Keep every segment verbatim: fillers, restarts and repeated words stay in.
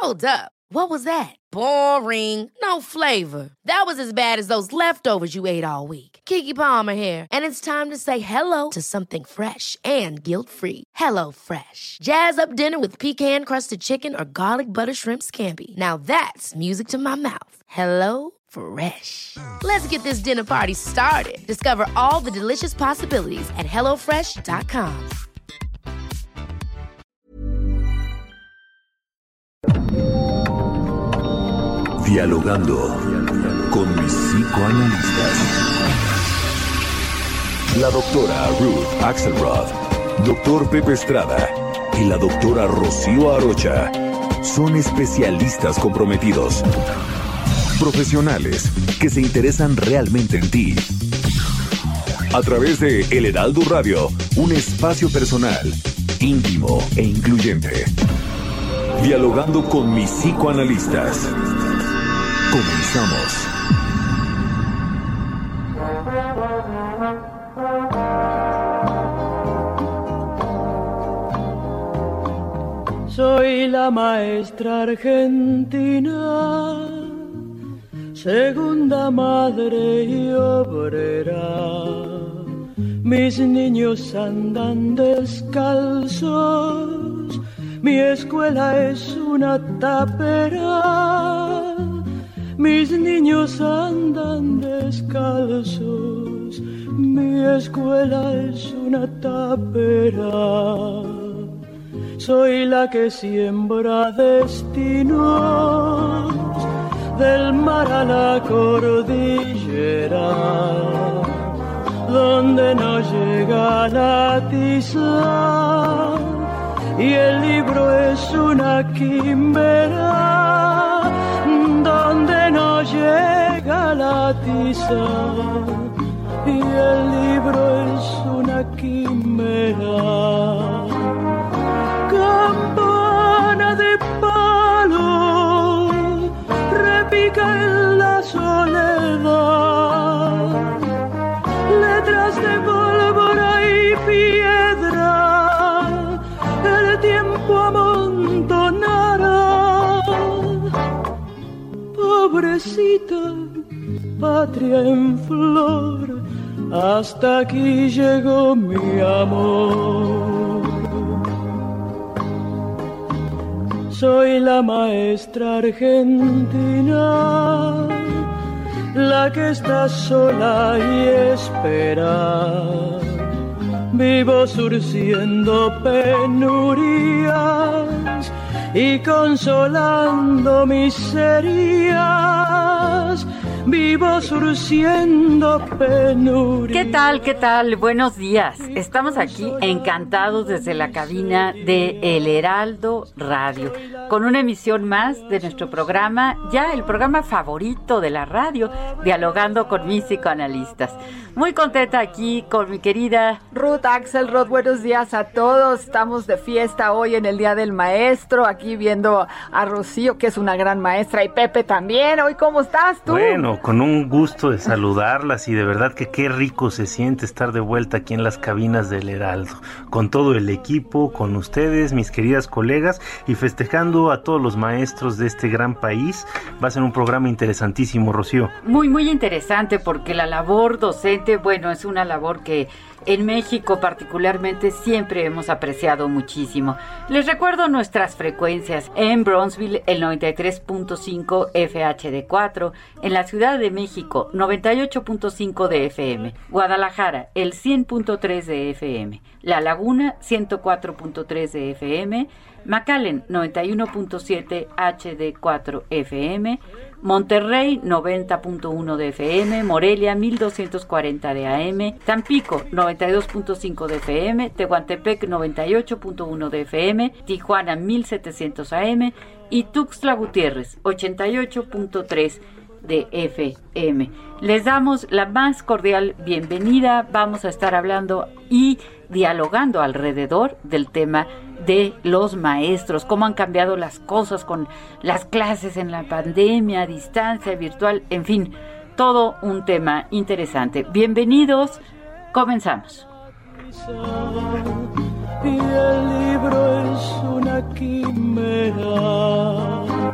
Hold up. What was that? Boring. No flavor. That was as bad as those leftovers you ate all week. Keke Palmer here, and it's time to say hello to something fresh and guilt-free. Hello Fresh. Jazz up dinner with pecan-crusted chicken or garlic butter shrimp scampi. Now that's music to my mouth. Hello Fresh. Let's get this dinner party started. Discover all the delicious possibilities at hello fresh dot com. Dialogando con mis psicoanalistas. La doctora Ruth Axelrod, doctor Pepe Estrada y la doctora Rocío Arocha son especialistas comprometidos, profesionales que se interesan realmente en ti. A través de El Heraldo Radio, un espacio personal, íntimo e incluyente. Dialogando con mis psicoanalistas. Comenzamos. Soy la maestra argentina, segunda madre y obrera. Mis niños andan descalzos, mi escuela es una tapera. Mis niños andan descalzos, mi escuela es una tapera. Soy la que siembra destinos del mar a la cordillera, donde no llega la tiza y el libro es una quimera, donde no llega la tiza y el libro es una quimera. Campana de palo repica en la soledad, letras de pólvora y piedra, el tiempo amontonará. Pobrecita patria en flor, hasta aquí llegó mi amor. Soy la maestra argentina, la que está sola y espera. Vivo surciendo penurias y consolando miserias. Vivo surciendo penurias. ¿Qué tal? ¿Qué tal? Buenos días. Estamos aquí encantados desde la cabina de El Heraldo Radio, con una emisión más de nuestro programa, ya el programa favorito de la radio, Dialogando con mis psicoanalistas. Muy contenta aquí con mi querida Ruth Axelrod. Buenos días a todos. Estamos de fiesta hoy en el Día del Maestro, aquí viendo a Rocío, que es una gran maestra, y Pepe también. Hoy, ¿cómo estás tú? Bueno, con un gusto de saludarlas, y de verdad que qué rico se siente estar de vuelta aquí en las cabinas del Heraldo, con todo el equipo, con ustedes, mis queridas colegas, y festejando a todos los maestros de este gran país. Va a ser un programa interesantísimo, Rocío. Muy, muy interesante, porque la labor docente, bueno, es una labor que en México particularmente siempre hemos apreciado muchísimo. Les recuerdo nuestras frecuencias: en Bronzeville el noventa y tres punto cinco F H D cuatro, en la Ciudad de México noventa y ocho punto cinco de F M, Guadalajara el cien punto tres de F M, La Laguna ciento cuatro punto tres de F M, McAllen noventa y uno punto siete H D cuatro F M, Monterrey noventa punto uno de F M, Morelia mil doscientos cuarenta de A M, Tampico noventa y dos punto cinco de F M, Tehuantepec noventa y ocho punto uno de F M, Tijuana mil setecientos A M y Tuxtla Gutiérrez ochenta y ocho punto tres de F M. Les damos la más cordial bienvenida. Vamos a estar hablando y dialogando alrededor del tema de los maestros, cómo han cambiado las cosas con las clases en la pandemia, a distancia, virtual, en fin, todo un tema interesante. Bienvenidos, comenzamos. Y el libro es una quimera.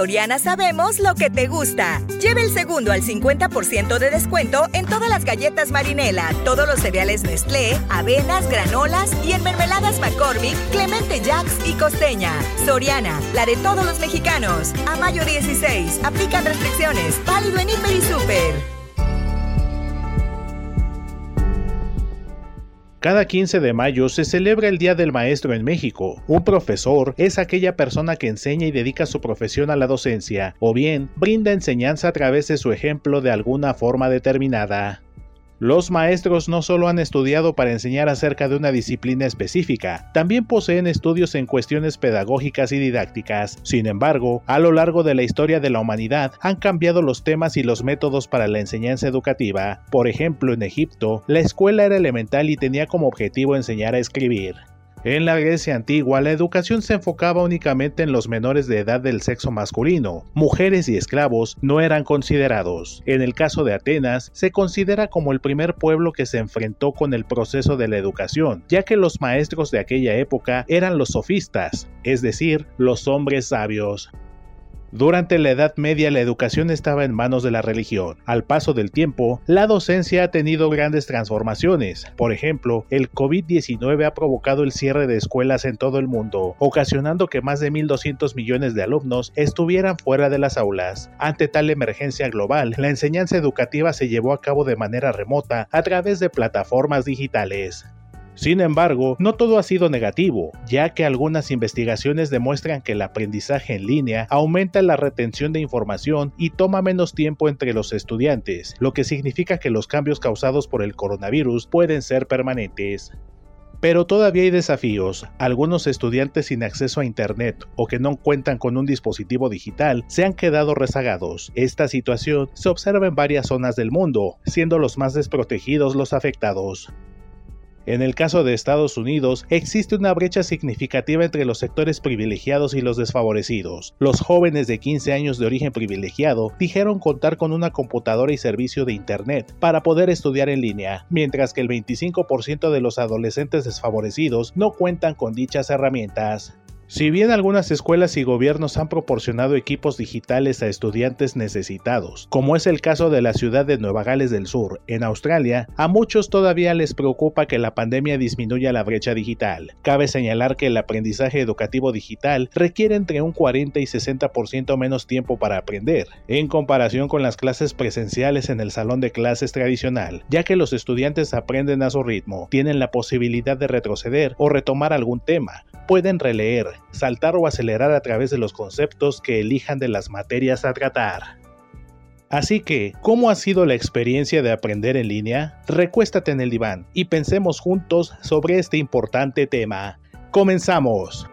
Soriana sabemos lo que te gusta. Lleve el segundo al cincuenta por ciento de descuento en todas las galletas Marinela, todos los cereales Nestlé, avenas, granolas y en mermeladas McCormick, Clemente Jacks y Costeña. Soriana, la de todos los mexicanos. A mayo dieciséis, aplican restricciones. Válido en Hiper y Super. Cada quince de mayo se celebra el Día del Maestro en México. Un profesor es aquella persona que enseña y dedica su profesión a la docencia, o bien brinda enseñanza a través de su ejemplo de alguna forma determinada. Los maestros no solo han estudiado para enseñar acerca de una disciplina específica, también poseen estudios en cuestiones pedagógicas y didácticas. Sin embargo, a lo largo de la historia de la humanidad han cambiado los temas y los métodos para la enseñanza educativa. Por ejemplo, en Egipto, la escuela era elemental y tenía como objetivo enseñar a escribir. En la Grecia antigua, la educación se enfocaba únicamente en los menores de edad del sexo masculino. Mujeres y esclavos no eran considerados. En el caso de Atenas, se considera como el primer pueblo que se enfrentó con el proceso de la educación, ya que los maestros de aquella época eran los sofistas, es decir, los hombres sabios. Durante la Edad Media la educación estaba en manos de la religión. Al paso del tiempo, la docencia ha tenido grandes transformaciones. Por ejemplo, el COVID diecinueve ha provocado el cierre de escuelas en todo el mundo, ocasionando que más de mil doscientos millones de alumnos estuvieran fuera de las aulas. Ante tal emergencia global, la enseñanza educativa se llevó a cabo de manera remota a través de plataformas digitales. Sin embargo, no todo ha sido negativo, ya que algunas investigaciones demuestran que el aprendizaje en línea aumenta la retención de información y toma menos tiempo entre los estudiantes, lo que significa que los cambios causados por el coronavirus pueden ser permanentes. Pero todavía hay desafíos. Algunos estudiantes sin acceso a internet o que no cuentan con un dispositivo digital se han quedado rezagados. Esta situación se observa en varias zonas del mundo, siendo los más desprotegidos los afectados. En el caso de Estados Unidos, existe una brecha significativa entre los sectores privilegiados y los desfavorecidos. Los jóvenes de quince años de origen privilegiado dijeron contar con una computadora y servicio de internet para poder estudiar en línea, mientras que el veinticinco por ciento de los adolescentes desfavorecidos no cuentan con dichas herramientas. Si bien algunas escuelas y gobiernos han proporcionado equipos digitales a estudiantes necesitados, como es el caso de la ciudad de Nueva Gales del Sur, en Australia, a muchos todavía les preocupa que la pandemia disminuya la brecha digital. Cabe señalar que el aprendizaje educativo digital requiere entre un cuarenta y sesenta por ciento menos tiempo para aprender, en comparación con las clases presenciales en el salón de clases tradicional, ya que los estudiantes aprenden a su ritmo, tienen la posibilidad de retroceder o retomar algún tema, pueden releer, saltar o acelerar a través de los conceptos que elijan de las materias a tratar. Así que, ¿cómo ha sido la experiencia de aprender en línea? Recuéstate en el diván y pensemos juntos sobre este importante tema. ¡Comenzamos!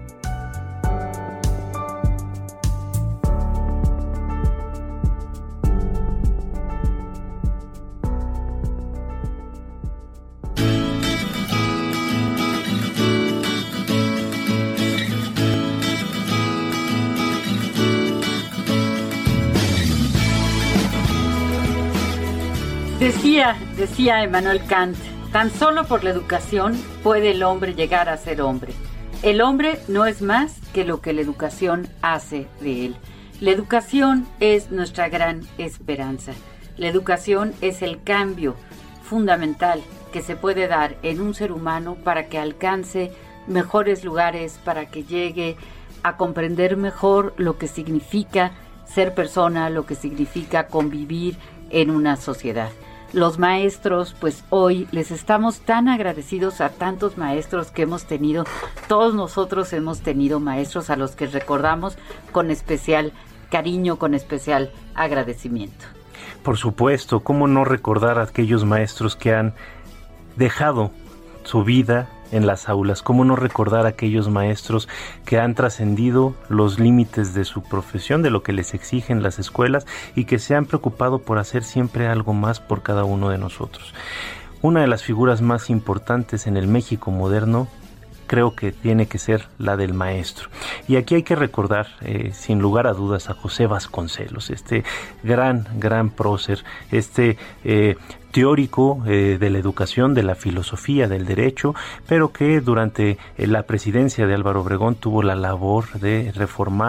Decía, decía Emmanuel Kant, tan solo por la educación puede el hombre llegar a ser hombre. El hombre no es más que lo que la educación hace de él. La educación es nuestra gran esperanza. La educación es el cambio fundamental que se puede dar en un ser humano para que alcance mejores lugares, para que llegue a comprender mejor lo que significa ser persona, lo que significa convivir en una sociedad. Los maestros, pues hoy les estamos tan agradecidos a tantos maestros que hemos tenido. Todos nosotros hemos tenido maestros a los que recordamos con especial cariño, con especial agradecimiento. Por supuesto, ¿cómo no recordar a aquellos maestros que han dejado su vida en las aulas? ¿Cómo no recordar a aquellos maestros que han trascendido los límites de su profesión, de lo que les exigen las escuelas y que se han preocupado por hacer siempre algo más por cada uno de nosotros? Una de las figuras más importantes en el México moderno creo que tiene que ser la del maestro. Y aquí hay que recordar, eh, sin lugar a dudas, a José Vasconcelos, este gran, gran prócer, este eh, teórico eh, de la educación, de la filosofía, del derecho, pero que durante eh, la presidencia de Álvaro Obregón tuvo la labor de reformar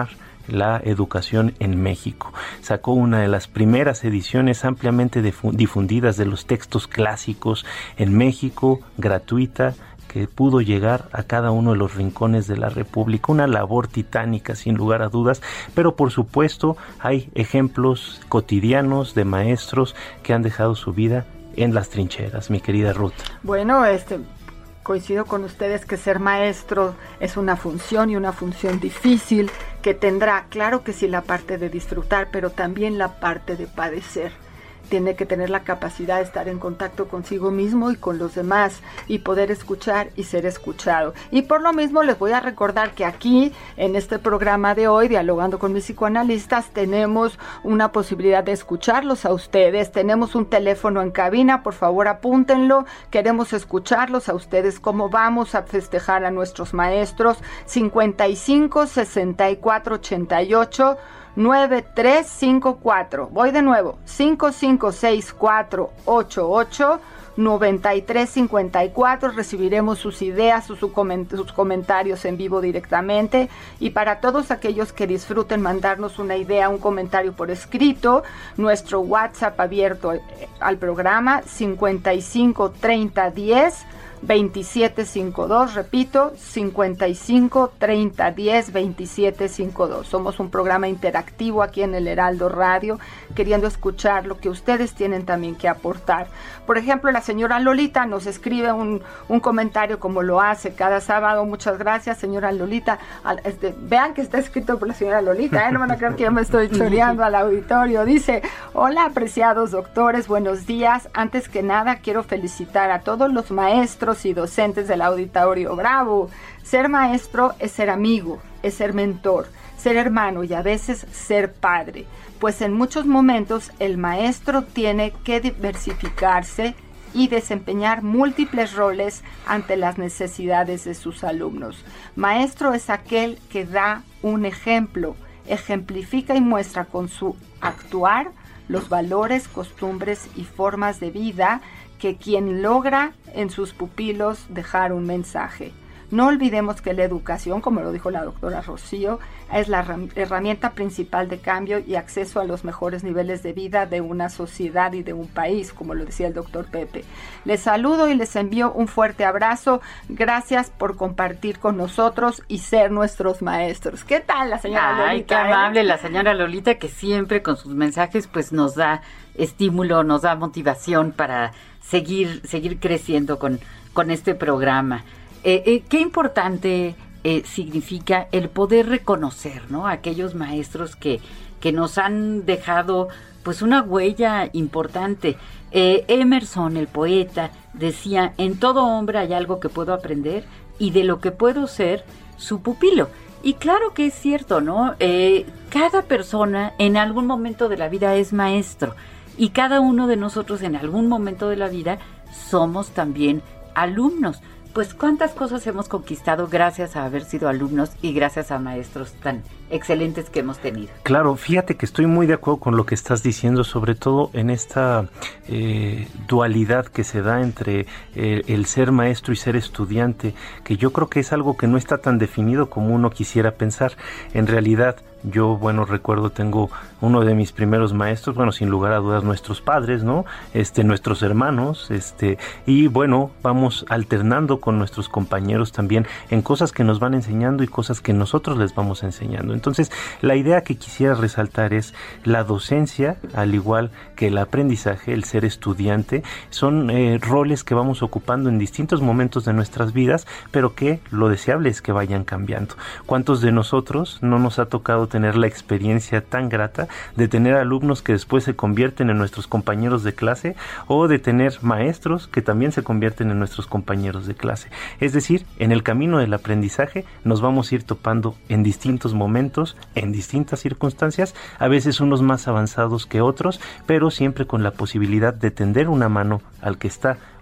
la educación en México. Sacó una de las primeras ediciones ampliamente difundidas de los textos clásicos en México, gratuita, que pudo llegar a cada uno de los rincones de la República. Una labor titánica, sin lugar a dudas, pero por supuesto hay ejemplos cotidianos de maestros que han dejado su vida en las trincheras, mi querida Ruth. Bueno, este... coincido con ustedes que ser maestro es una función y una función difícil que tendrá, claro que sí, la parte de disfrutar, pero también la parte de padecer. Tiene que tener la capacidad de estar en contacto consigo mismo y con los demás y poder escuchar y ser escuchado. Y por lo mismo les voy a recordar que aquí, en este programa de hoy, Dialogando con mis psicoanalistas, tenemos una posibilidad de escucharlos a ustedes. Tenemos un teléfono en cabina, por favor apúntenlo. Queremos escucharlos a ustedes. ¿Cómo vamos a festejar a nuestros maestros? cincuenta y cinco, sesenta y cuatro, ochenta y ocho, nueve tres cinco cuatro. Voy de nuevo, cinco cinco seis cuatro ocho ocho noventa y tres cincuenta y cuatro. Recibiremos sus ideas, sus, sus comentarios en vivo directamente. Y para todos aquellos que disfruten mandarnos una idea, un comentario por escrito, nuestro WhatsApp abierto al programa cincuenta y cinco treinta diez veintisiete cincuenta y dos, repito, cincuenta y cinco treinta diez veintisiete cincuenta y dos. Somos un programa interactivo aquí en el Heraldo Radio, queriendo escuchar lo que ustedes tienen también que aportar. Por ejemplo, la señora Lolita nos escribe un, un comentario como lo hace cada sábado. Muchas gracias, señora Lolita. Este, vean que está escrito por la señora Lolita, ¿eh? No van a creer que yo me estoy choreando al auditorio. Dice: hola, apreciados doctores, buenos días. Antes que nada, quiero felicitar a todos los maestros y docentes del Auditorio Bravo. Ser maestro es ser amigo, es ser mentor, ser hermano y a veces ser padre, pues en muchos momentos el maestro tiene que diversificarse y desempeñar múltiples roles ante las necesidades de sus alumnos. Maestro es aquel que da un ejemplo, ejemplifica y muestra con su actuar los valores, costumbres y formas de vida que quien logra en sus pupilos dejar un mensaje. No olvidemos que la educación, como lo dijo la doctora Rocío, es la herramienta principal de cambio y acceso a los mejores niveles de vida de una sociedad y de un país, como lo decía el doctor Pepe. Les saludo y les envío un fuerte abrazo. Gracias por compartir con nosotros y ser nuestros maestros. ¿Qué tal la señora Lolita? Ay, qué amable la señora Lolita, que siempre con sus mensajes pues nos da estímulo, nos da motivación para seguir, seguir creciendo con, con este programa. Eh, eh, qué importante eh, significa el poder reconocer, ¿no?, a aquellos maestros que, que nos han dejado pues una huella importante. Eh, Emerson, el poeta, decía: en todo hombre hay algo que puedo aprender y de lo que puedo ser su pupilo. Y claro que es cierto, ¿no? Eh, cada persona en algún momento de la vida es maestro y cada uno de nosotros en algún momento de la vida somos también alumnos. Pues cuántas cosas hemos conquistado gracias a haber sido alumnos y gracias a maestros tan excelentes que hemos tenido. Claro, fíjate que estoy muy de acuerdo con lo que estás diciendo, sobre todo en esta eh, dualidad que se da entre eh, el ser maestro y ser estudiante, que yo creo que es algo que no está tan definido como uno quisiera pensar. En realidad, yo, bueno, recuerdo, tengo uno de mis primeros maestros, bueno, sin lugar a dudas, nuestros padres, ¿no? Este, nuestros hermanos, este, y bueno, vamos alternando con nuestros compañeros también en cosas que nos van enseñando y cosas que nosotros les vamos enseñando. Entonces, la idea que quisiera resaltar es la docencia, al igual que el aprendizaje, el ser estudiante, son eh, roles que vamos ocupando en distintos momentos de nuestras vidas, pero que lo deseable es que vayan cambiando. ¿Cuántos de nosotros no nos ha tocado tener la experiencia tan grata de tener alumnos que después se convierten en nuestros compañeros de clase, o de tener maestros que también se convierten en nuestros compañeros de clase? Es decir, en el camino del aprendizaje nos vamos a ir topando en distintos momentos, en distintas circunstancias, a veces unos más avanzados que otros, pero siempre con la posibilidad de tender una mano al que está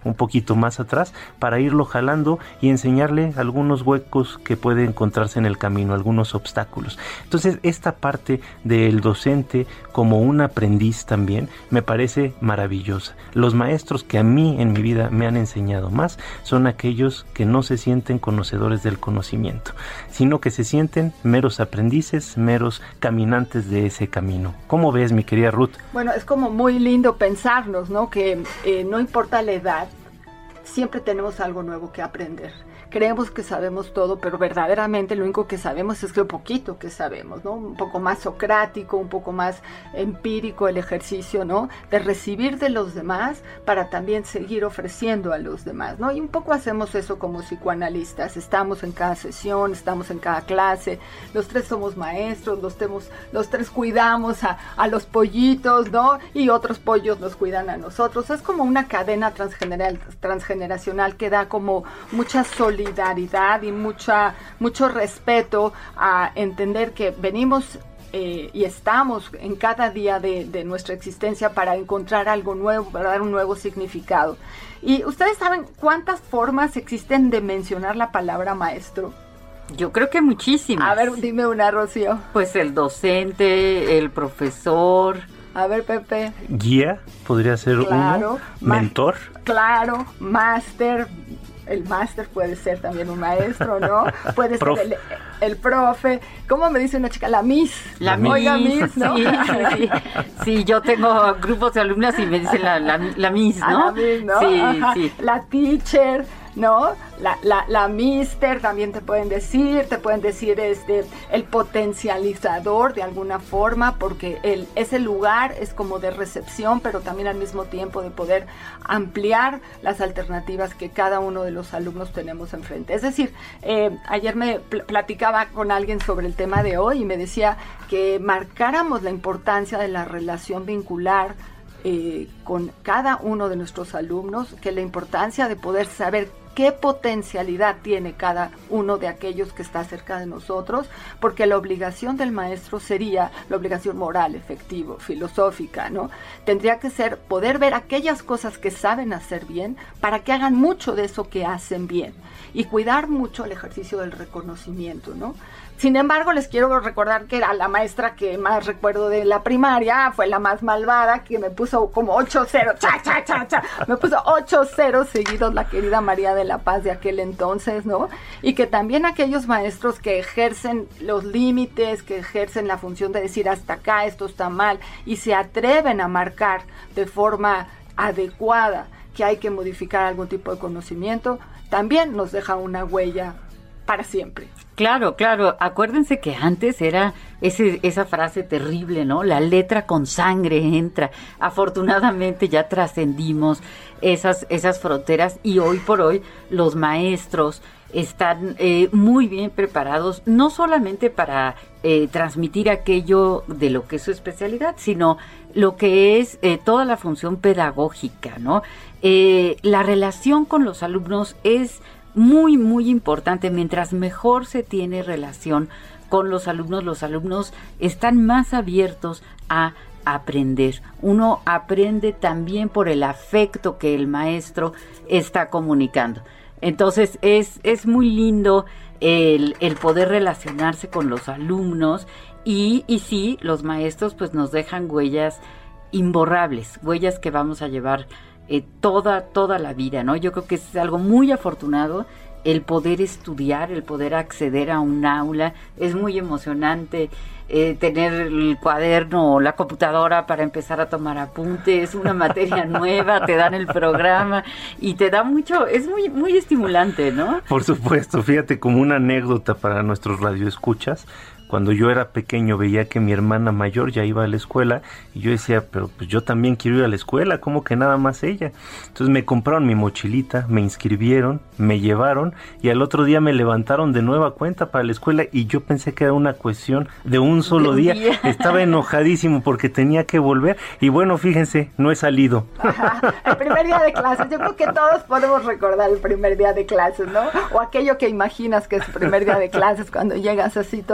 un poquito más atrás para irlo jalando y enseñarle algunos huecos que puede encontrarse en el camino, algunos obstáculos. Entonces, esta parte del docente como un aprendiz también me parece maravillosa. Los maestros que a mí en mi vida me han enseñado más son aquellos que no se sienten conocedores del conocimiento, sino que se sienten meros aprendices, meros caminantes de ese camino. ¿Cómo ves, mi querida Ruth? Bueno, es como muy lindo pensarnos, ¿no? Que eh, no importa la edad, siempre tenemos algo nuevo que aprender. Creemos que sabemos todo, pero verdaderamente lo único que sabemos es lo poquito que sabemos, ¿no? Un poco más socrático, un poco más empírico el ejercicio, ¿no? De recibir de los demás para también seguir ofreciendo a los demás, ¿no? Y un poco hacemos eso como psicoanalistas. Estamos en cada sesión, estamos en cada clase, los tres somos maestros, los, temos, los tres cuidamos a, a los pollitos, ¿no? Y otros pollos nos cuidan a nosotros. Es como una cadena transgeneral, transgeneracional que da como mucha solidaridad y mucha, mucho respeto a entender que venimos eh, y estamos en cada día de, de nuestra existencia para encontrar algo nuevo, para dar un nuevo significado. ¿Y ustedes saben cuántas formas existen de mencionar la palabra maestro? Yo creo que muchísimas. A ver, dime una, Rocío. Pues el docente, el profesor. A ver, Pepe. Guía, podría ser claro, uno. Mentor. Claro, máster. El máster puede ser también un maestro, ¿no? Puede ser el, el profe. ¿Cómo me dice una chica? La Miss. La Miss. Oiga, Miss, ¿no? Sí, sí, sí, yo tengo grupos de alumnas y me dicen la, la, la Miss, ¿no? La Miss, ¿no? Sí, Ajá. sí. La teacher, ¿no? La, la, la mister también te pueden decir, te pueden decir este, el potencializador de alguna forma, porque el, ese lugar es como de recepción, pero también al mismo tiempo de poder ampliar las alternativas que cada uno de los alumnos tenemos enfrente. Es decir, eh, ayer me pl- platicaba con alguien sobre el tema de hoy y me decía que marcáramos la importancia de la relación vincular eh, con cada uno de nuestros alumnos, que la importancia de poder saber qué potencialidad tiene cada uno de aquellos que está cerca de nosotros, porque la obligación del maestro sería la obligación moral, efectiva, filosófica, ¿no? Tendría que ser poder ver aquellas cosas que saben hacer bien para que hagan mucho de eso que hacen bien y cuidar mucho el ejercicio del reconocimiento, ¿no? Sin embargo, les quiero recordar que era la maestra que más recuerdo de la primaria, fue la más malvada, que me puso como ocho cero, cha, cha, cha, cha, me puso ocho cero seguidos la querida María de la Paz de aquel entonces, ¿no? Y que también aquellos maestros que ejercen los límites, que ejercen la función de decir hasta acá, esto está mal, y se atreven a marcar de forma adecuada que hay que modificar algún tipo de conocimiento, también nos deja una huella para siempre. Claro, claro. Acuérdense que antes era ese, esa frase terrible, ¿no? La letra con sangre entra. Afortunadamente ya trascendimos esas, esas fronteras y hoy por hoy los maestros están eh, muy bien preparados, no solamente para eh, transmitir aquello de lo que es su especialidad, sino lo que es eh, toda la función pedagógica, ¿no? Eh, la relación con los alumnos es muy, muy importante. Mientras mejor se tiene relación con los alumnos, los alumnos están más abiertos a aprender. Uno aprende también por el afecto que el maestro está comunicando. Entonces es, es muy lindo el, el poder relacionarse con los alumnos y, y sí, los maestros pues nos dejan huellas imborrables, huellas que vamos a llevar Eh, toda, toda la vida, ¿no? Yo creo que es algo muy afortunado el poder estudiar, el poder acceder a un aula. Es muy emocionante eh, tener el cuaderno o la computadora para empezar a tomar apuntes, una materia nueva, te dan el programa y te da mucho, es muy, muy estimulante, ¿no? Por supuesto, fíjate, como una anécdota para nuestros radioescuchas, cuando yo era pequeño veía que mi hermana mayor ya iba a la escuela y yo decía, pero pues yo también quiero ir a la escuela, ¿cómo que nada más ella? Entonces me compraron mi mochilita, me inscribieron, me llevaron y al otro día me levantaron de nueva cuenta para la escuela y yo pensé que era una cuestión de un solo un día. día. Estaba enojadísimo porque tenía que volver y bueno, fíjense, no he salido. Ajá, el primer día de clases, yo creo que todos podemos recordar el primer día de clases, ¿no? O aquello que imaginas que es el primer día de clases cuando llegas así todo asustado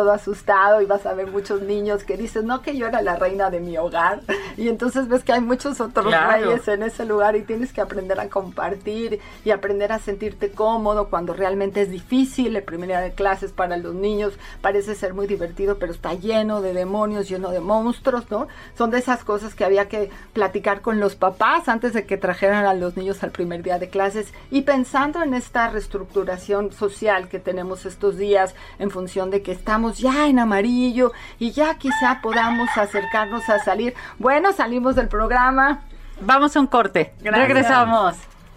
estado y vas a ver muchos niños que dicen, no, que yo era la reina de mi hogar, y entonces ves que hay muchos otros claro. reyes en ese lugar y tienes que aprender a compartir y aprender a sentirte cómodo cuando realmente es difícil. El primer día de clases para los niños parece ser muy divertido, pero está lleno de demonios, lleno de monstruos, ¿no? Son de esas cosas que había que platicar con los papás antes de que trajeran a los niños al primer día de clases, y pensando en esta reestructuración social que tenemos estos días en función de que estamos ya en amarillo y ya quizá podamos acercarnos a salir. Bueno, salimos del programa. Vamos a un corte. Gracias. Regresamos.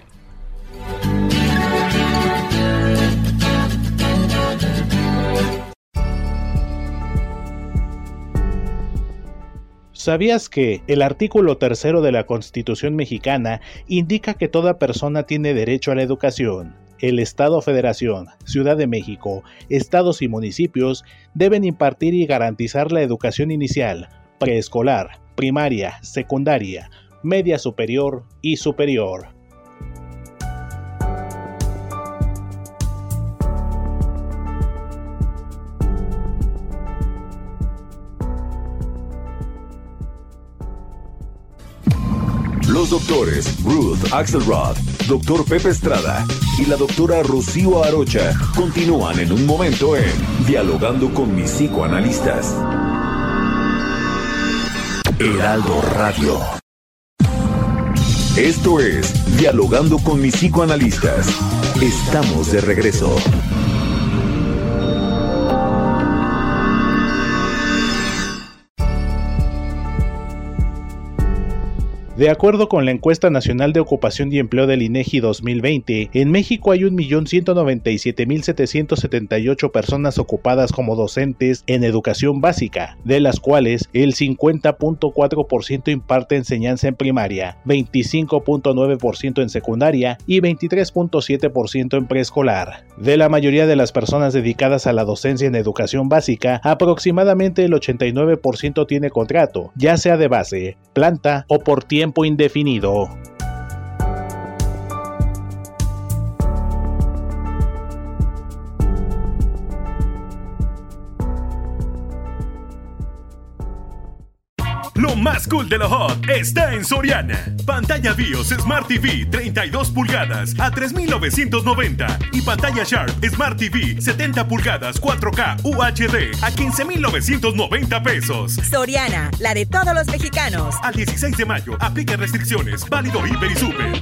¿Sabías que el artículo tercero de la Constitución mexicana indica que toda persona tiene derecho a la educación? El Estado, Federación, Ciudad de México, estados y municipios deben impartir y garantizar la educación inicial, preescolar, primaria, secundaria, media superior y superior. Los doctores Ruth Axelrod, doctor Pepe Estrada y la doctora Rocío Arocha continúan en un momento en Dialogando con mis psicoanalistas. Heraldo Radio. Esto es Dialogando con mis psicoanalistas. Estamos de regreso. De acuerdo con la Encuesta Nacional de Ocupación y Empleo del INEGI dos mil veinte, en México hay un millón ciento noventa y siete mil setecientos setenta y ocho personas ocupadas como docentes en educación básica, de las cuales el cincuenta punto cuatro por ciento imparte enseñanza en primaria, veinticinco punto nueve por ciento en secundaria y veintitrés punto siete por ciento en preescolar. De la mayoría de las personas dedicadas a la docencia en educación básica, aproximadamente el ochenta y nueve por ciento tiene contrato, ya sea de base, planta o por tiempo tiempo indefinido. Lo más cool de lo hot está en Soriana. Pantalla BIOS Smart T V treinta y dos pulgadas a tres mil novecientos noventa y pantalla Sharp Smart T V setenta pulgadas cuatro K U H D a quince mil novecientos noventa pesos. Soriana, la de todos los mexicanos. Al dieciséis de mayo, aplica restricciones. Válido Hiper y Super.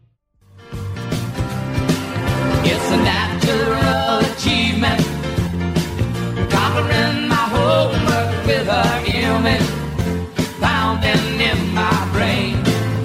It's a natural achievement, conquering my homework with her ailment. Pounding in my brain.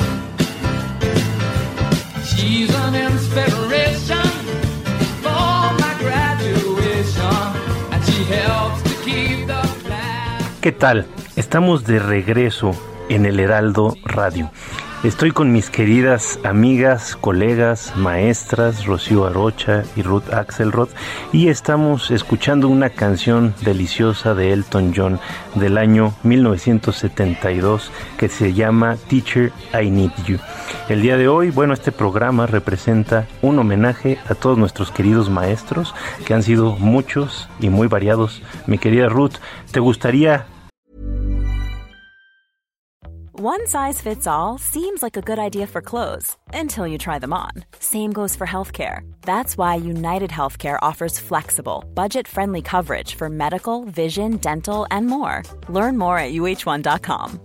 She's an inspiration for my graduation, and she helps to keep the class. ¿Qué tal? Estamos de regreso en el Heraldo Radio. Estoy con mis queridas amigas, colegas, maestras, Rocío Arocha y Ruth Axelrod, y estamos escuchando una canción deliciosa de Elton John del año mil novecientos setenta y dos que se llama Teacher, I Need You. El día de hoy, bueno, este programa representa un homenaje a todos nuestros queridos maestros, que han sido muchos y muy variados. Mi querida Ruth, ¿te gustaría... One size fits all seems like a good idea for clothes until you try them on. Same goes for healthcare. That's why United Healthcare offers flexible, budget-friendly coverage for medical, vision, dental, and more. Learn more at U H one dot com.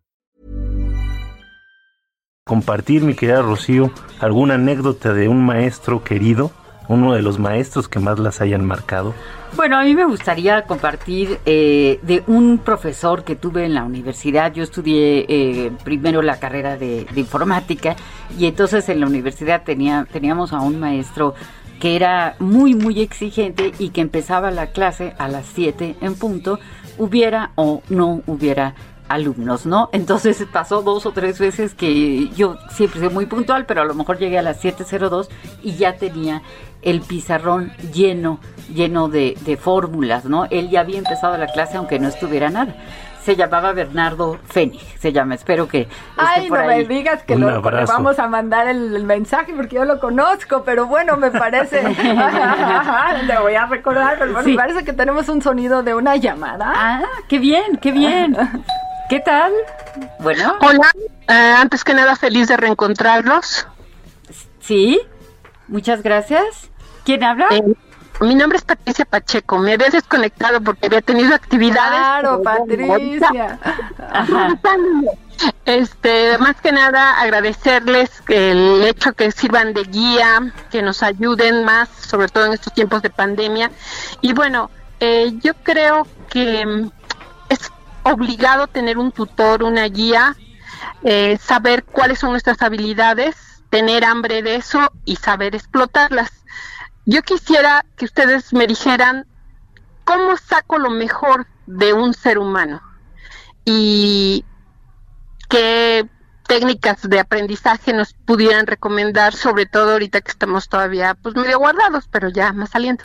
Compartir, mi querida Rocío, alguna anécdota de un maestro querido, uno de los maestros que más las hayan marcado. Bueno, a mí me gustaría compartir eh, de un profesor que tuve en la universidad. Yo estudié eh, primero la carrera de, de informática, y entonces en la universidad tenía, teníamos a un maestro que era muy, muy exigente y que empezaba la clase a las siete en punto, hubiera o no hubiera alumnos, ¿no? Entonces pasó dos o tres veces que yo siempre soy muy puntual, pero a lo mejor llegué a las siete cero dos y ya tenía el pizarrón lleno, lleno de, de fórmulas, ¿no? Él ya había empezado la clase aunque no estuviera nada. se llamaba Bernardo Fénix, se llama, espero que esté Ay, por no ahí. me digas que lo, le vamos a mandar el, el mensaje porque yo lo conozco, pero bueno, me parece, le voy a recordar, pero bueno, sí. Me parece que tenemos un sonido de una llamada. Ah, qué bien, qué bien. ¿Qué tal? Bueno. Hola, eh, antes que nada feliz de reencontrarlos. Sí, muchas gracias. ¿Quién habla? Eh, Mi nombre es Patricia Pacheco. Me había desconectado porque había tenido actividades. Claro, Patricia. Ajá. Este, más que nada agradecerles el hecho que sirvan de guía, que nos ayuden más, sobre todo en estos tiempos de pandemia. Y bueno, eh, yo creo que es obligado tener un tutor, una guía, eh, saber cuáles son nuestras habilidades, tener hambre de eso y saber explotarlas. Yo quisiera que ustedes me dijeran cómo saco lo mejor de un ser humano y qué técnicas de aprendizaje nos pudieran recomendar, sobre todo ahorita que estamos todavía pues medio guardados, pero ya más saliendo.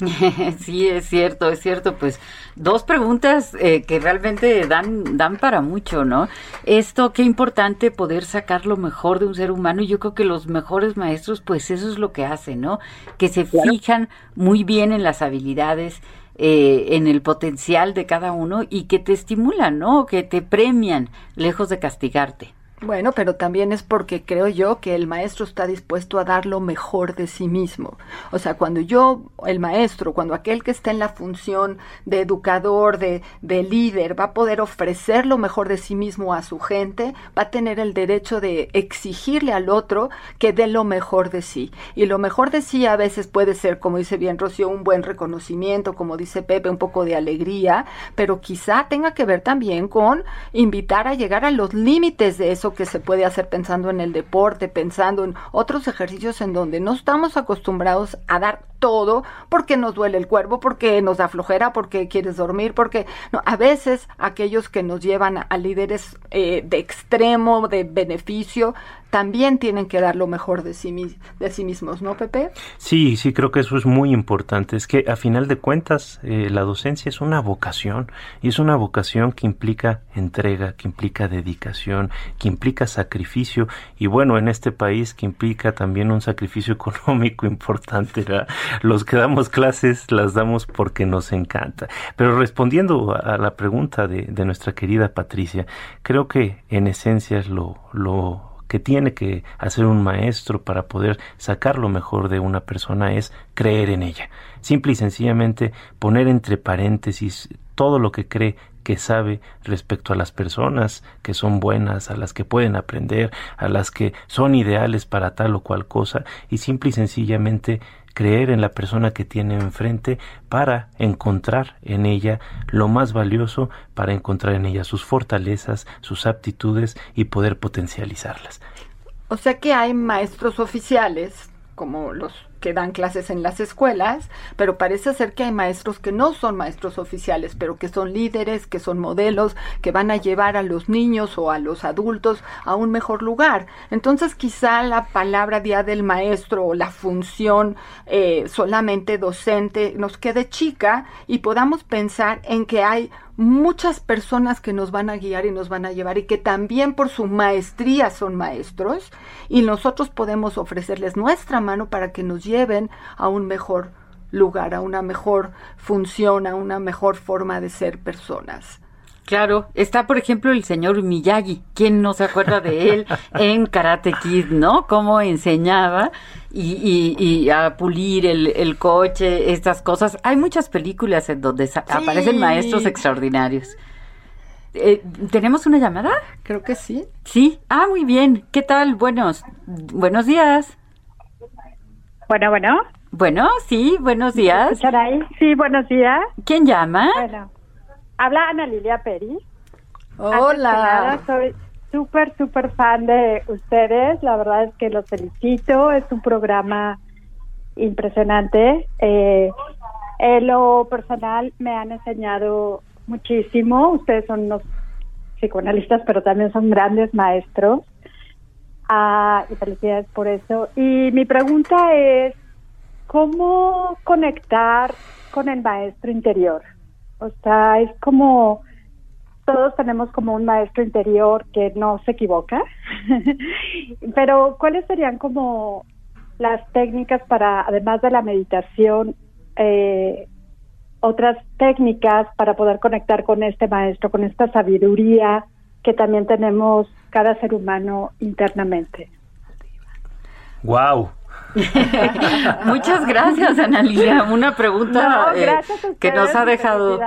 Sí, es cierto, es cierto, pues dos preguntas eh, que realmente dan dan para mucho, ¿no? Esto, qué importante poder sacar lo mejor de un ser humano, y yo creo que los mejores maestros, pues eso es lo que hacen, ¿no? Que se claro. fijan muy bien en las habilidades, eh, en el potencial de cada uno y que te estimulan, ¿no? Que te premian, lejos de castigarte. Bueno, pero también es porque creo yo que el maestro está dispuesto a dar lo mejor de sí mismo. O sea, cuando yo, el maestro, cuando aquel que está en la función de educador, de, de líder, va a poder ofrecer lo mejor de sí mismo a su gente, va a tener el derecho de exigirle al otro que dé lo mejor de sí. Y lo mejor de sí a veces puede ser, como dice bien Rocío, un buen reconocimiento, como dice Pepe, un poco de alegría, pero quizá tenga que ver también con invitar a llegar a los límites de eso que se puede hacer pensando en el deporte, pensando en otros ejercicios en donde no estamos acostumbrados a dar todo porque nos duele el cuerpo, porque nos da flojera, porque quieres dormir, porque no, a veces aquellos que nos llevan a, a líderes eh, de extremo, de beneficio, también tienen que dar lo mejor de sí, de sí mismos, ¿no, Pepe? Sí, sí, creo que eso es muy importante. Es que a final de cuentas eh, la docencia es una vocación, y es una vocación que implica entrega, que implica dedicación, que implica sacrificio, y bueno, en este país que implica también un sacrificio económico importante, ¿verdad? Los que damos clases las damos porque nos encanta. Pero respondiendo a la pregunta de, de nuestra querida Patricia, creo que en esencia es lo... lo que tiene que hacer un maestro para poder sacar lo mejor de una persona es creer en ella. Simple y sencillamente poner entre paréntesis todo lo que cree que sabe respecto a las personas que son buenas, a las que pueden aprender, a las que son ideales para tal o cual cosa, y simple y sencillamente creer en la persona que tiene enfrente para encontrar en ella lo más valioso, para encontrar en ella sus fortalezas, sus aptitudes y poder potencializarlas. O sea que hay maestros oficiales, como los que dan clases en las escuelas, pero parece ser que hay maestros que no son maestros oficiales, pero que son líderes, que son modelos, que van a llevar a los niños o a los adultos a un mejor lugar. Entonces quizá la palabra día del maestro o la función eh, solamente docente nos quede chica y podamos pensar en que hay muchas personas que nos van a guiar y nos van a llevar y que también por su maestría son maestros, y nosotros podemos ofrecerles nuestra mano para que nos lleven a un mejor lugar, a una mejor función, a una mejor forma de ser personas. Claro, está por ejemplo el señor Miyagi, ¿quién no se acuerda de él en Karate Kid, ¿no? Cómo enseñaba y, y, y a pulir el, el coche, estas cosas. Hay muchas películas en donde sí. aparecen maestros extraordinarios. Eh, ¿Tenemos una llamada? Creo que sí. Sí, ah, muy bien. ¿Qué tal? Buenos, buenos días. Bueno, bueno. Bueno, sí, buenos días. ¿Me escuchan ahí? Sí, buenos días. ¿Quién llama? Bueno. Habla Ana Lilia Peri. Hola. Nada, soy súper, súper fan de ustedes. La verdad es que los felicito. Es un programa impresionante. Eh, en lo personal me han enseñado muchísimo. Ustedes son unos psicoanalistas, pero también son grandes maestros. Ah, y felicidades por eso. Y mi pregunta es, ¿cómo conectar con el maestro interior? O sea, es como todos tenemos como un maestro interior que no se equivoca, pero ¿cuáles serían como las técnicas para, además de la meditación, eh, otras técnicas para poder conectar con este maestro, con esta sabiduría que también tenemos cada ser humano internamente? ¡Wow! Muchas gracias, Ana Lilia. Una pregunta no, gracias eh, que nos ha dejado...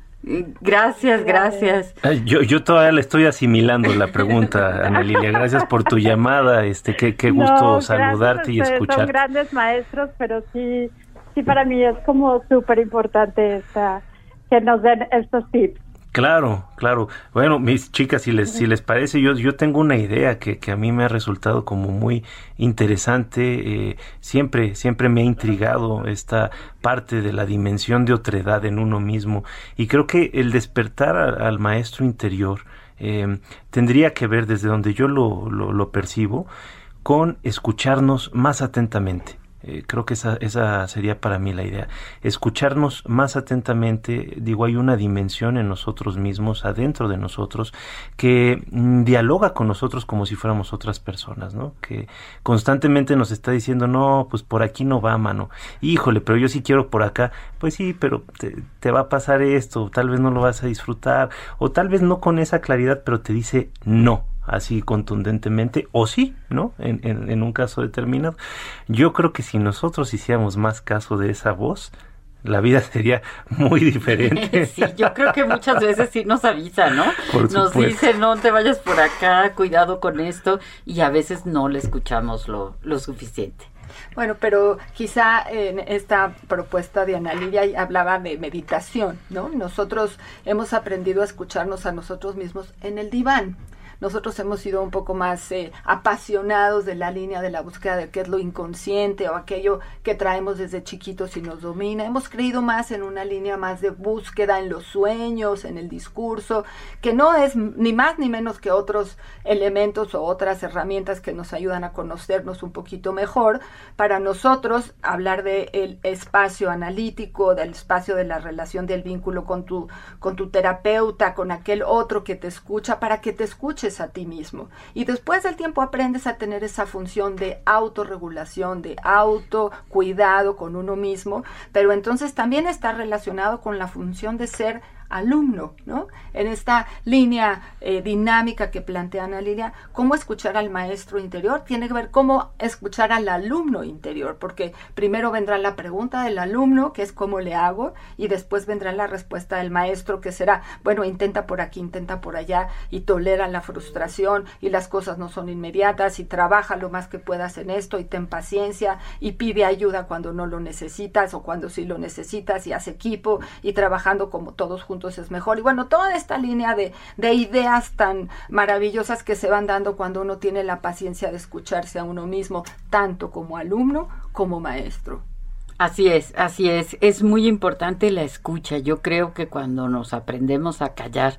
Gracias, gracias. Yo, yo todavía le estoy asimilando la pregunta, Ana Lilia. Gracias por tu llamada. Este, qué, qué gusto no, saludarte y escucharte. Son grandes maestros, pero sí, sí para mí es como súper importante esta, que nos den estos tips. Claro, claro. Bueno, mis chicas, si les si les parece, yo yo tengo una idea que, que a mí me ha resultado como muy interesante. Eh, siempre siempre me ha intrigado esta parte de la dimensión de otredad en uno mismo, y creo que el despertar a, al maestro interior eh, tendría que ver, desde donde yo lo, lo, lo percibo, con escucharnos más atentamente. Eh, creo que esa, esa sería para mí la idea, escucharnos más atentamente. Digo, hay una dimensión en nosotros mismos, adentro de nosotros, que mm, dialoga con nosotros como si fuéramos otras personas, ¿no? Que constantemente nos está diciendo, no, pues por aquí no va, mano, híjole, pero yo sí quiero por acá. Pues sí, pero te, te va a pasar esto, tal vez no lo vas a disfrutar, o tal vez no con esa claridad, pero te dice no, así contundentemente, o sí, ¿no? En, en, en un caso determinado. Yo creo que si nosotros hiciéramos más caso de esa voz, la vida sería muy diferente. Sí, yo creo que muchas veces sí nos avisa, ¿no? Por nos supuesto. dice, no te vayas por acá, cuidado con esto, y a veces no le escuchamos lo, lo suficiente. Bueno, pero quizá en esta propuesta de Ana Lilia hablaba de meditación, ¿no? Nosotros hemos aprendido a escucharnos a nosotros mismos en el diván. Nosotros hemos sido un poco más eh, apasionados de la línea de la búsqueda de qué es lo inconsciente o aquello que traemos desde chiquitos y nos domina. Hemos creído más en una línea más de búsqueda en los sueños, en el discurso, que no es ni más ni menos que otros elementos o otras herramientas que nos ayudan a conocernos un poquito mejor. Para nosotros, hablar del espacio analítico, del espacio de la relación, del vínculo con tu, con tu terapeuta, con aquel otro que te escucha, para que te escuches a ti mismo. Y después del tiempo aprendes a tener esa función de autorregulación, de autocuidado con uno mismo, pero entonces también está relacionado con la función de ser alumno, ¿no? En esta línea eh, dinámica que plantea Ana Lilia, cómo escuchar al maestro interior tiene que ver cómo escuchar al alumno interior, porque primero vendrá la pregunta del alumno, que es cómo le hago, y después vendrá la respuesta del maestro, que será, bueno, intenta por aquí, intenta por allá, y tolera la frustración, y las cosas no son inmediatas, y trabaja lo más que puedas en esto, y ten paciencia, y pide ayuda cuando no lo necesitas, o cuando sí lo necesitas, y haz equipo, y trabajando como todos juntos es mejor. Y bueno, toda esta línea de, de ideas tan maravillosas que se van dando cuando uno tiene la paciencia de escucharse a uno mismo, tanto como alumno como maestro. Así es, así es. Es muy importante la escucha. Yo creo que cuando nos aprendemos a callar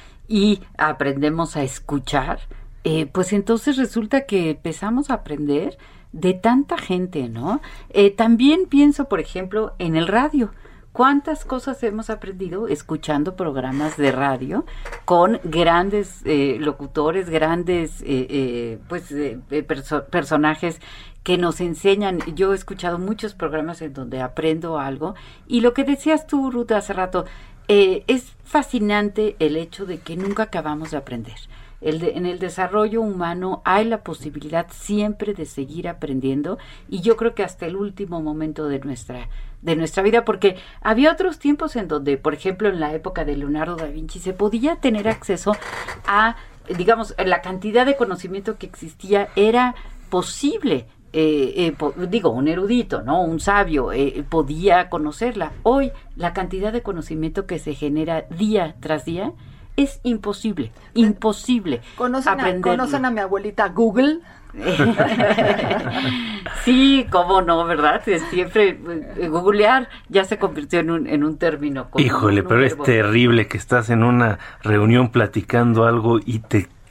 y aprendemos a escuchar, eh, pues entonces resulta que empezamos a aprender de tanta gente, ¿no? Eh, también pienso, por ejemplo, en el radio. ¿Cuántas cosas hemos aprendido escuchando programas de radio con grandes eh, locutores, grandes eh, eh, pues eh, perso- personajes que nos enseñan? Yo he escuchado muchos programas en donde aprendo algo, y lo que decías tú, Ruth, hace rato, eh, es fascinante el hecho de que nunca acabamos de aprender. El de, en el desarrollo humano hay la posibilidad siempre de seguir aprendiendo, y yo creo que hasta el último momento de nuestra de nuestra vida, porque había otros tiempos en donde, por ejemplo, en la época de Leonardo da Vinci, se podía tener acceso a, digamos, la cantidad de conocimiento que existía era posible. Eh, eh, po- digo, un erudito, ¿no? Un sabio eh, podía conocerla. Hoy, la cantidad de conocimiento que se genera día tras día es imposible, imposible. ¿Conocen a, ¿conocen a mi abuelita Google? Sí, cómo no, ¿verdad? Siempre eh, googlear ya se convirtió en un, en un término. Híjole, un pero verbo. Es terrible que estás en una reunión platicando algo y te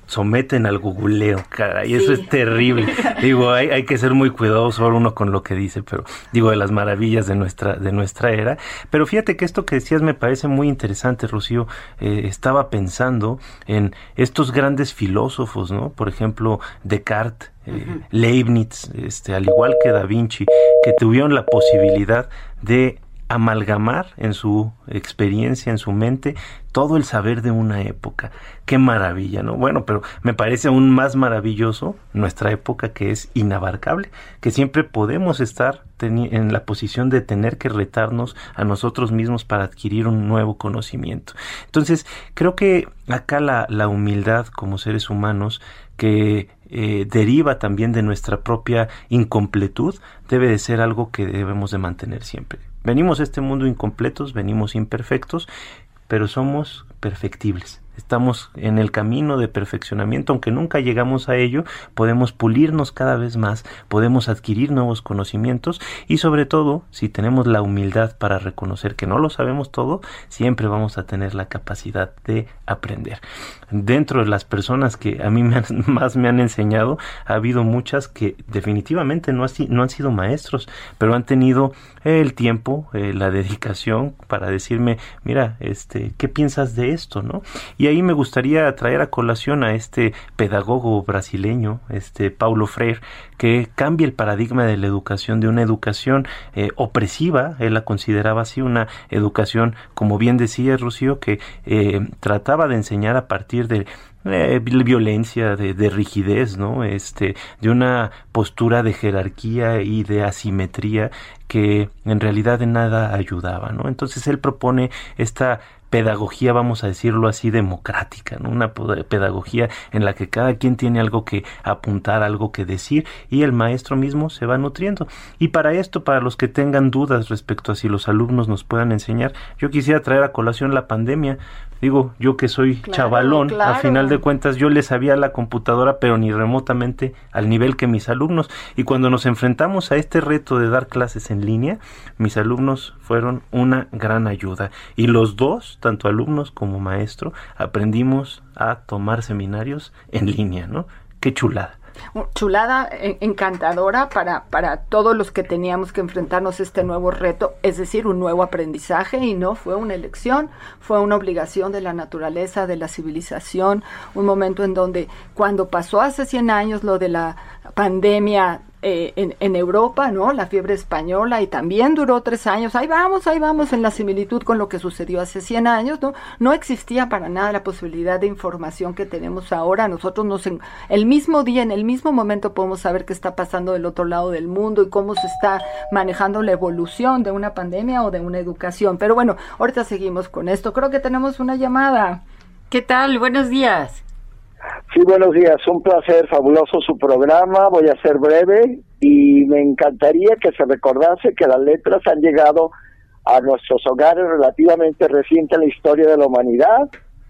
someten al googleo, caray, sí. Eso es terrible. Digo, hay, hay que ser muy cuidadoso uno con lo que dice, pero digo, de las maravillas de nuestra de nuestra era. Pero fíjate que esto que decías me parece muy interesante, Rocío. Eh, estaba pensando en estos grandes filósofos, ¿no? Por ejemplo, Descartes, eh, uh-huh. Leibniz, este, al igual que Da Vinci, que tuvieron la posibilidad de amalgamar en su experiencia, en su mente, todo el saber de una época. Qué maravilla, ¿no? Bueno, pero me parece aún más maravilloso nuestra época, que es inabarcable, que siempre podemos estar teni- en la posición de tener que retarnos a nosotros mismos para adquirir un nuevo conocimiento. Entonces, creo que acá la, la humildad como seres humanos, que eh, deriva también de nuestra propia incompletud, debe de ser algo que debemos de mantener siempre. Venimos a este mundo incompletos, venimos imperfectos, pero somos perfectibles. Estamos en el camino de perfeccionamiento, aunque nunca llegamos a ello, podemos pulirnos cada vez más, podemos adquirir nuevos conocimientos y sobre todo, si tenemos la humildad para reconocer que no lo sabemos todo, siempre vamos a tener la capacidad de aprender. Dentro de las personas que a mí me han, más me han enseñado, ha habido muchas que definitivamente no, ha, no han sido maestros, pero han tenido el tiempo, eh, la dedicación para decirme, mira, este, ¿qué piensas de esto, no? Y ahí me gustaría traer a colación a este pedagogo brasileño, este Paulo Freire, que cambia el paradigma de la educación, de una educación eh, opresiva. Él la consideraba así, una educación, como bien decía Rocío, que eh, trataba de enseñar a partir de Eh, violencia, de, de rigidez, ¿no? Este, de una postura de jerarquía y de asimetría que en realidad de nada ayudaba, ¿no? Entonces él propone esta pedagogía, vamos a decirlo así, democrática, ¿no? Una pedagogía en la que cada quien tiene algo que apuntar, algo que decir, y el maestro mismo se va nutriendo. Y para esto, para los que tengan dudas respecto a si los alumnos nos puedan enseñar, yo quisiera traer a colación la pandemia. Digo, yo que soy claro, chavalón, claro. A final de cuentas yo le sabía la computadora, pero ni remotamente al nivel que mis alumnos. Y cuando nos enfrentamos a este reto de dar clases en línea, mis alumnos fueron una gran ayuda. Y los dos, tanto alumnos como maestro, aprendimos a tomar seminarios en línea, ¿no? Qué chulada. Chulada, encantadora para, para todos los que teníamos que enfrentarnos a este nuevo reto, es decir, un nuevo aprendizaje, y no fue una elección, fue una obligación de la naturaleza, de la civilización, un momento en donde cuando pasó hace cien años lo de la pandemia eh, en, en Europa, ¿no? La fiebre española, y también duró tres años, ahí vamos, ahí vamos en la similitud con lo que sucedió hace cien años, ¿no? No existía para nada la posibilidad de información que tenemos ahora. Nosotros nos en, el mismo día, en el mismo momento podemos saber qué está pasando del otro lado del mundo y cómo se está manejando la evolución de una pandemia o de una educación. Pero bueno, ahorita seguimos con esto. Creo que tenemos una llamada. ¿Qué tal? Buenos días. Sí, buenos días, un placer, fabuloso su programa, voy a ser breve y me encantaría que se recordase que las letras han llegado a nuestros hogares relativamente reciente en la historia de la humanidad,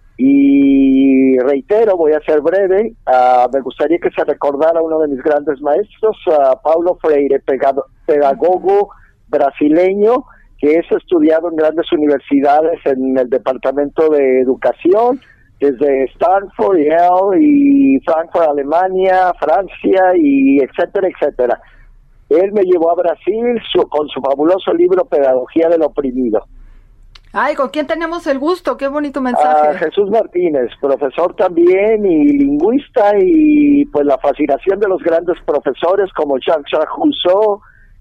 y reitero, voy a ser breve, uh, me gustaría que se recordara uno de mis grandes maestros, uh, Paulo Freire, pegado, pedagogo brasileño, que es estudiado en grandes universidades en el Departamento de Educación, desde Stanford, Yale y Frankfurt, Alemania, Francia, y etcétera, etcétera. Él me llevó a Brasil su, con su fabuloso libro Pedagogía del Oprimido. Ay, ¿con quién tenemos el gusto? Qué bonito mensaje. A Jesús Martínez, profesor también y lingüista, y pues la fascinación de los grandes profesores como Jean-Jacques Rousseau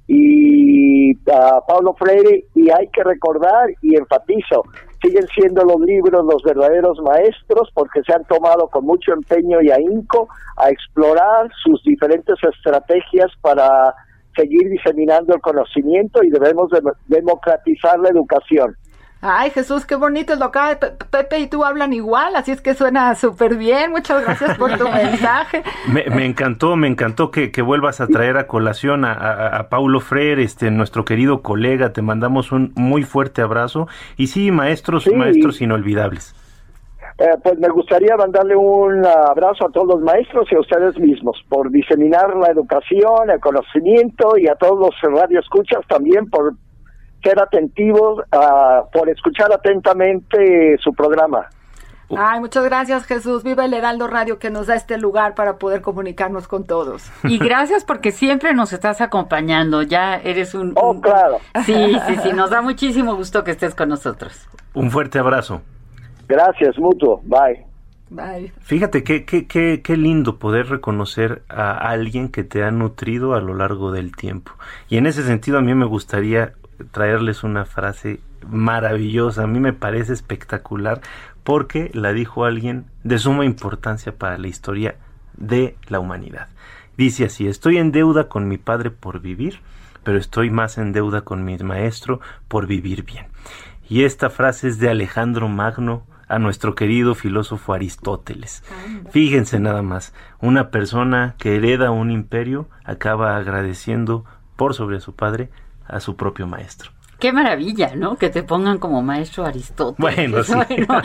y uh, Paulo Freire, y hay que recordar y enfatizo, siguen siendo los libros los verdaderos maestros, porque se han tomado con mucho empeño y ahínco a explorar sus diferentes estrategias para seguir diseminando el conocimiento, y debemos de democratizar la educación. Ay, Jesús, qué bonito es lo que Pepe y tú hablan igual, así es que suena súper bien. Muchas gracias por tu mensaje. Me, me encantó, me encantó que, que vuelvas a traer a colación a, a, a Paulo Freire, este, nuestro querido colega. Te mandamos un muy fuerte abrazo. Y sí, maestros, sí. maestros inolvidables. Eh, pues me gustaría mandarle un abrazo a todos los maestros y a ustedes mismos por diseminar la educación, el conocimiento, y a todos los radioescuchas también por ser atentivos, uh, por escuchar atentamente su programa. Ay, muchas gracias, Jesús. Viva el Heraldo Radio, que nos da este lugar para poder comunicarnos con todos. Y gracias porque siempre nos estás acompañando. Ya eres un... Oh, un... claro. Sí, sí, sí. Nos da muchísimo gusto que estés con nosotros. Un fuerte abrazo. Gracias, mutuo. Bye. Bye. Fíjate qué, qué, qué, qué lindo poder reconocer a alguien que te ha nutrido a lo largo del tiempo. Y en ese sentido a mí me gustaría traerles una frase maravillosa. A mí me parece espectacular porque la dijo alguien de suma importancia para la historia de la humanidad. Dice así: estoy en deuda con mi padre por vivir, pero estoy más en deuda con mi maestro por vivir bien. Y esta frase es de Alejandro Magno a nuestro querido filósofo Aristóteles. Fíjense nada más, una persona que hereda un imperio acaba agradeciendo por sobre su padre a su propio maestro. Qué maravilla, ¿no? Que te pongan como maestro Aristóteles. Bueno, sí. Bueno,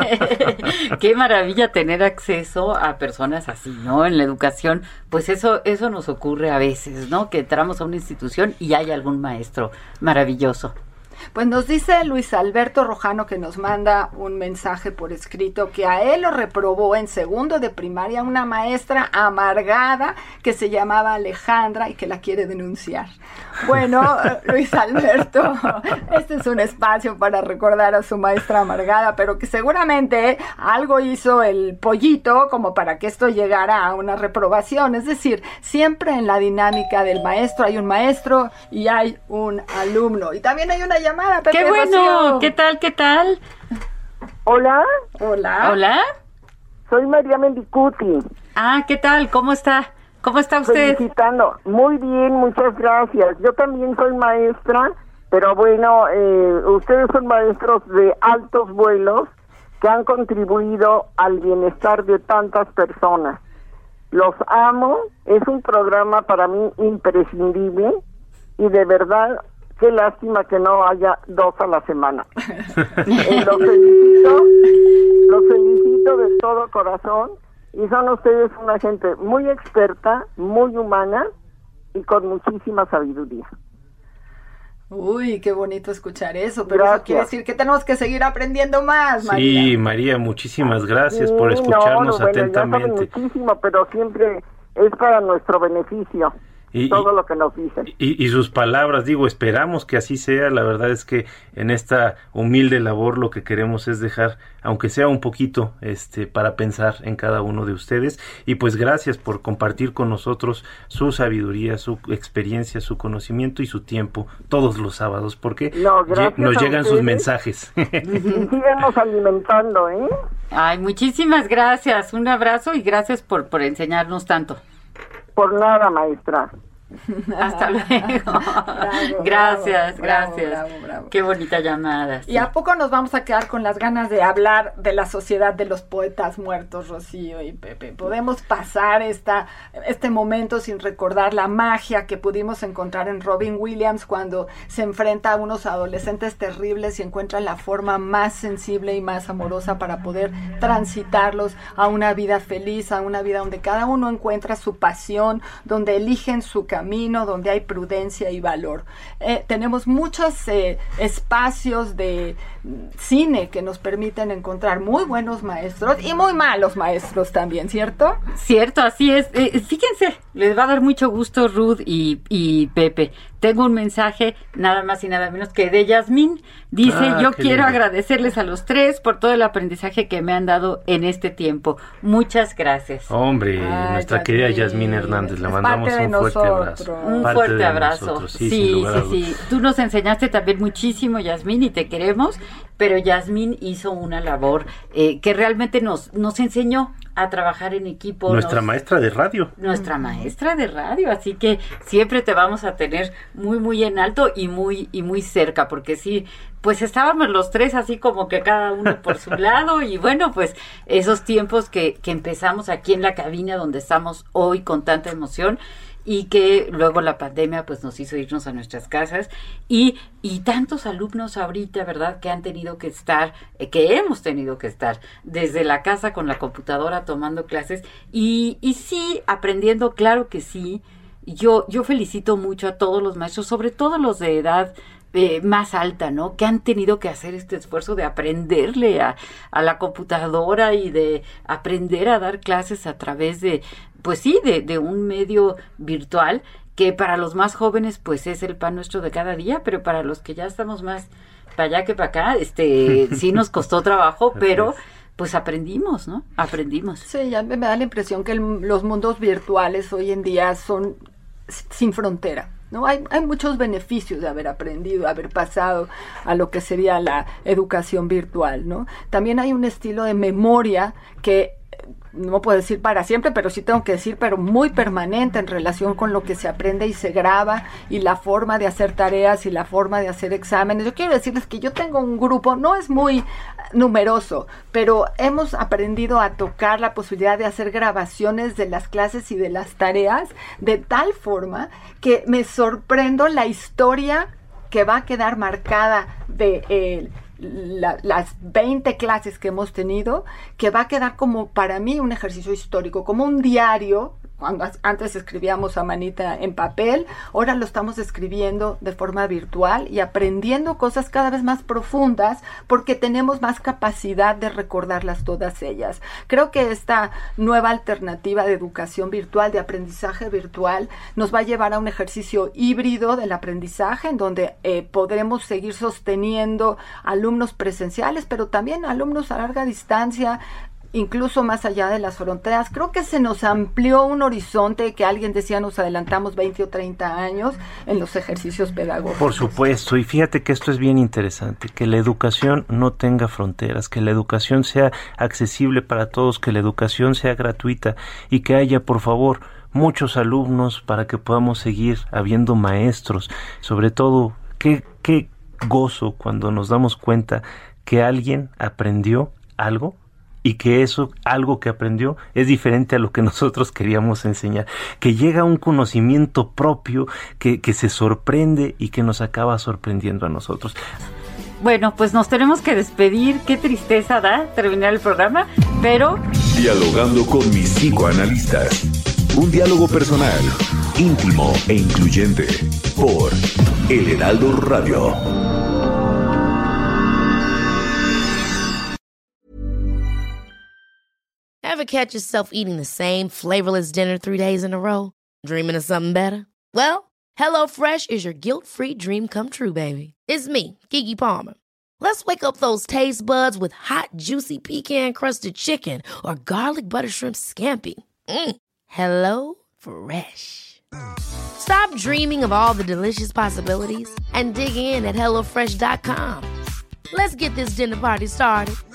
qué maravilla tener acceso a personas así, ¿no? En la educación, pues eso eso nos ocurre a veces, ¿no? Que entramos a una institución y hay algún maestro maravilloso. Pues nos dice Luis Alberto Rojano, que nos manda un mensaje por escrito, que a él lo reprobó en segundo de primaria una maestra amargada que se llamaba Alejandra y que la quiere denunciar. Bueno, Luis Alberto, este es un espacio para recordar a su maestra amargada, pero que seguramente algo hizo el pollito como para que esto llegara a una reprobación. Es decir, siempre en la dinámica del maestro hay un maestro y hay un alumno. Y también hay una llamada, Pepe. ¡Qué bueno! Rocío. ¿Qué tal, qué tal? Hola. Hola. Hola. Soy María Mendicuti. Ah, ¿qué tal? ¿Cómo está? ¿Cómo está usted? Felicitando. Muy bien, muchas gracias. Yo también soy maestra, pero bueno, eh, ustedes son maestros de altos vuelos que han contribuido al bienestar de tantas personas. Los amo, es un programa para mí imprescindible y de verdad, qué lástima que no haya dos a la semana. eh, los felicito, los felicito de todo corazón. Y son ustedes una gente muy experta, muy humana y con muchísima sabiduría. Uy, qué bonito escuchar eso, pero gracias. Eso quiere decir que tenemos que seguir aprendiendo más, María. Sí, María, muchísimas gracias sí, por escucharnos no, no, atentamente. Bueno, ya saben muchísimo, pero siempre es para nuestro beneficio. Y, todo lo que nos dicen. Y, y sus palabras, digo, esperamos que así sea. La verdad es que en esta humilde labor lo que queremos es dejar, aunque sea un poquito, este, para pensar en cada uno de ustedes. Y pues gracias por compartir con nosotros su sabiduría, su experiencia, su conocimiento y su tiempo todos los sábados, porque no, lle- nos llegan sus mensajes. Y síganos alimentando, ¿eh? Ay, muchísimas gracias. Un abrazo y gracias por, por enseñarnos tanto. Por nada, maestra. Hasta luego. Bravo, gracias, bravo, gracias. bravo, bravo, bravo. Qué bonita llamada. Sí. ¿Y a poco nos vamos a quedar con las ganas de hablar de la sociedad de los poetas muertos, Rocío y Pepe? Podemos pasar esta, este momento sin recordar la magia que pudimos encontrar en Robin Williams cuando se enfrenta a unos adolescentes terribles y encuentra la forma más sensible y más amorosa para poder transitarlos a una vida feliz, a una vida donde cada uno encuentra su pasión, donde eligen su camino, donde hay prudencia y valor. Eh, tenemos muchos eh, espacios de cine que nos permiten encontrar muy buenos maestros y muy malos maestros también, ¿cierto? Cierto, así es. Eh, fíjense, les va a dar mucho gusto, Ruth y, y Pepe. Tengo un mensaje nada más y nada menos que de Yasmín. Dice, ah, yo quiero lindo. agradecerles a los tres por todo el aprendizaje que me han dado en este tiempo. Muchas gracias. Hombre, Ay, nuestra Yasmín. querida Yasmín Hernández, le mandamos un fuerte abrazo. Un parte fuerte abrazo. Sí, sí, sí, sí. Tú nos enseñaste también muchísimo, Yasmín, y te queremos, pero Yasmín hizo una labor eh, que realmente nos, nos enseñó a trabajar en equipo. Nuestra nos, maestra de radio. Nuestra maestra de radio, así que siempre te vamos a tener muy, muy en alto y muy, y muy cerca, porque sí, pues estábamos los tres así como que cada uno por su lado, y bueno, pues esos tiempos que, que empezamos aquí en la cabina donde estamos hoy con tanta emoción, y que luego la pandemia pues nos hizo irnos a nuestras casas y, y tantos alumnos ahorita, ¿verdad?, que han tenido que estar, eh, que hemos tenido que estar desde la casa con la computadora tomando clases y, y sí, aprendiendo, claro que sí. Yo, yo felicito mucho a todos los maestros, sobre todo los de edad eh, más alta, ¿no? Que han tenido que hacer este esfuerzo de aprenderle a, a la computadora y de aprender a dar clases a través de, pues sí, de, de un medio virtual que para los más jóvenes pues es el pan nuestro de cada día, pero para los que ya estamos más para allá que para acá, este, sí nos costó trabajo, pero pues aprendimos, ¿no? Aprendimos. Sí, ya me da la impresión que el, los mundos virtuales hoy en día son sin frontera, ¿no? Hay, hay muchos beneficios de haber aprendido, haber pasado a lo que sería la educación virtual, ¿no? También hay un estilo de memoria que no puedo decir para siempre, pero sí tengo que decir, pero muy permanente en relación con lo que se aprende y se graba y la forma de hacer tareas y la forma de hacer exámenes. Yo quiero decirles que yo tengo un grupo, no es muy numeroso, pero hemos aprendido a tocar la posibilidad de hacer grabaciones de las clases y de las tareas de tal forma que me sorprendo la historia que va a quedar marcada de eh, La, las veinte clases que hemos tenido, que va a quedar como para mí un ejercicio histórico, como un diario. Cuando antes escribíamos a manita en papel, ahora lo estamos escribiendo de forma virtual y aprendiendo cosas cada vez más profundas porque tenemos más capacidad de recordarlas todas ellas. Creo que esta nueva alternativa de educación virtual, de aprendizaje virtual, nos va a llevar a un ejercicio híbrido del aprendizaje en donde eh, podremos seguir sosteniendo alumnos presenciales, pero también alumnos a larga distancia, incluso más allá de las fronteras. Creo que se nos amplió un horizonte que alguien decía nos adelantamos veinte o treinta años en los ejercicios pedagógicos. Por supuesto, y fíjate que esto es bien interesante, que la educación no tenga fronteras, que la educación sea accesible para todos, que la educación sea gratuita y que haya, por favor, muchos alumnos para que podamos seguir habiendo maestros. Sobre todo, qué, qué gozo cuando nos damos cuenta que alguien aprendió algo y que eso, algo que aprendió, es diferente a lo que nosotros queríamos enseñar, que llega a un conocimiento propio que, que se sorprende y que nos acaba sorprendiendo a nosotros. Bueno, pues nos tenemos que despedir. Qué tristeza da terminar el programa, pero... Dialogando con mis psicoanalistas. Un diálogo personal, íntimo e incluyente. Por El Heraldo Radio. Ever catch yourself eating the same flavorless dinner three days in a row? Dreaming of something better? Well, HelloFresh is your guilt-free dream come true, baby. It's me, Keke Palmer. Let's wake up those taste buds with hot, juicy pecan-crusted chicken or garlic butter shrimp scampi. Mm. Hello Fresh. Stop dreaming of all the delicious possibilities and dig in at hello fresh dot com. Let's get this dinner party started.